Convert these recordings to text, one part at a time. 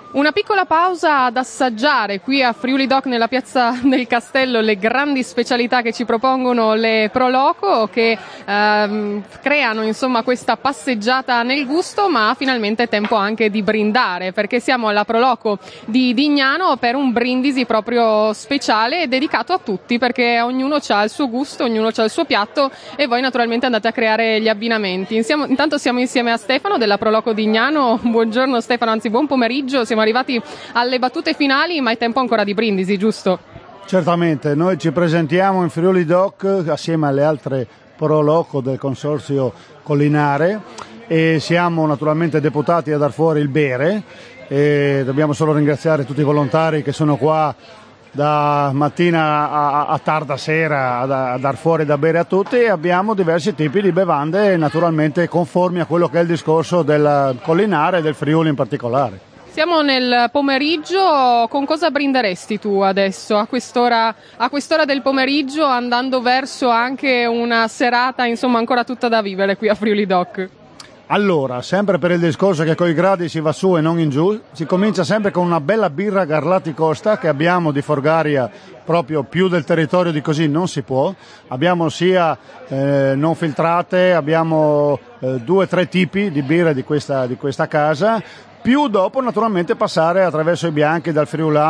Una piccola pausa ad assaggiare qui a Friuli Doc nella piazza del Castello le grandi specialità che ci propongono le Pro Loco, che creano insomma questa passeggiata nel gusto, ma finalmente è tempo anche di brindare, perché siamo alla Pro Loco di Dignano per un brindisi proprio speciale e dedicato a tutti, perché ognuno ha il suo gusto, ognuno ha il suo piatto e voi naturalmente andate a creare gli abbinamenti. Intanto siamo insieme a Stefano della Pro Loco Dignano. Buongiorno Stefano, anzi buon pomeriggio. Siamo arrivati alle battute finali, ma è tempo ancora di brindisi, giusto? Certamente, noi ci presentiamo in Friuli Doc assieme alle altre Pro Loco del consorzio Collinare e siamo naturalmente deputati a dar fuori il bere e dobbiamo solo ringraziare tutti i volontari che sono qua da mattina a tarda sera a dar fuori da bere a tutti, e abbiamo diversi tipi di bevande naturalmente conformi a quello che è il discorso del Collinare e del Friuli in particolare. Siamo nel pomeriggio, con cosa brinderesti tu adesso a quest'ora del pomeriggio, andando verso anche una serata insomma ancora tutta da vivere qui a Friuli Doc? Allora, sempre per il discorso che coi gradi si va su e non in giù, si comincia sempre con una bella birra Garlati Costa che abbiamo di Forgaria, proprio più del territorio di così non si può. Abbiamo sia non filtrate, abbiamo 2 o 3 tipi di birra di questa casa, più dopo naturalmente passare attraverso i bianchi dal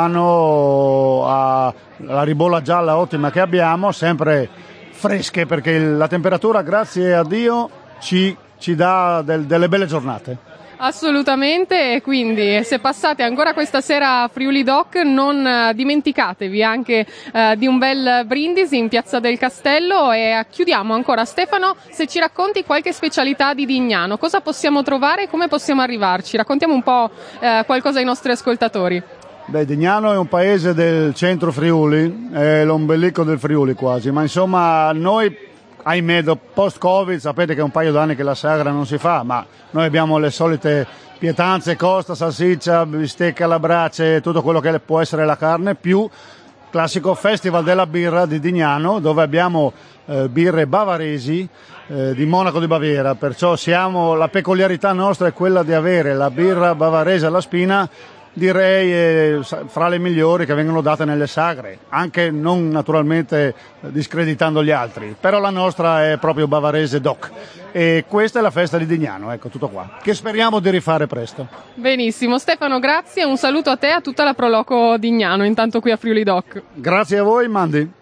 friulano alla ribolla gialla ottima che abbiamo, sempre fresche perché la temperatura, grazie a Dio, ci dà delle belle giornate. Assolutamente, e quindi se passate ancora questa sera a Friuli Doc non dimenticatevi anche di un bel brindisi in Piazza del Castello. E chiudiamo ancora, Stefano, se ci racconti qualche specialità di Dignano, cosa possiamo trovare e come possiamo arrivarci? Raccontiamo un po' qualcosa ai nostri ascoltatori. Dignano è un paese del centro Friuli, è l'ombelico del Friuli quasi, ma insomma noi, ahimè, post-Covid, sapete che è un paio d'anni che la sagra non si fa, ma noi abbiamo le solite pietanze, costa, salsiccia, bistecca alla brace, tutto quello che può essere la carne, più classico Festival della birra di Dignano, dove abbiamo birre bavaresi di Monaco di Baviera, perciò la peculiarità nostra è quella di avere la birra bavarese alla spina, direi fra le migliori che vengono date nelle sagre, anche non naturalmente discreditando gli altri, però la nostra è proprio bavarese doc, e questa è la festa di Dignano, ecco, tutto qua, che speriamo di rifare presto. Benissimo, Stefano, grazie, un saluto a te e a tutta la Pro Loco Dignano, intanto qui a Friuli Doc. Grazie a voi, Mandi.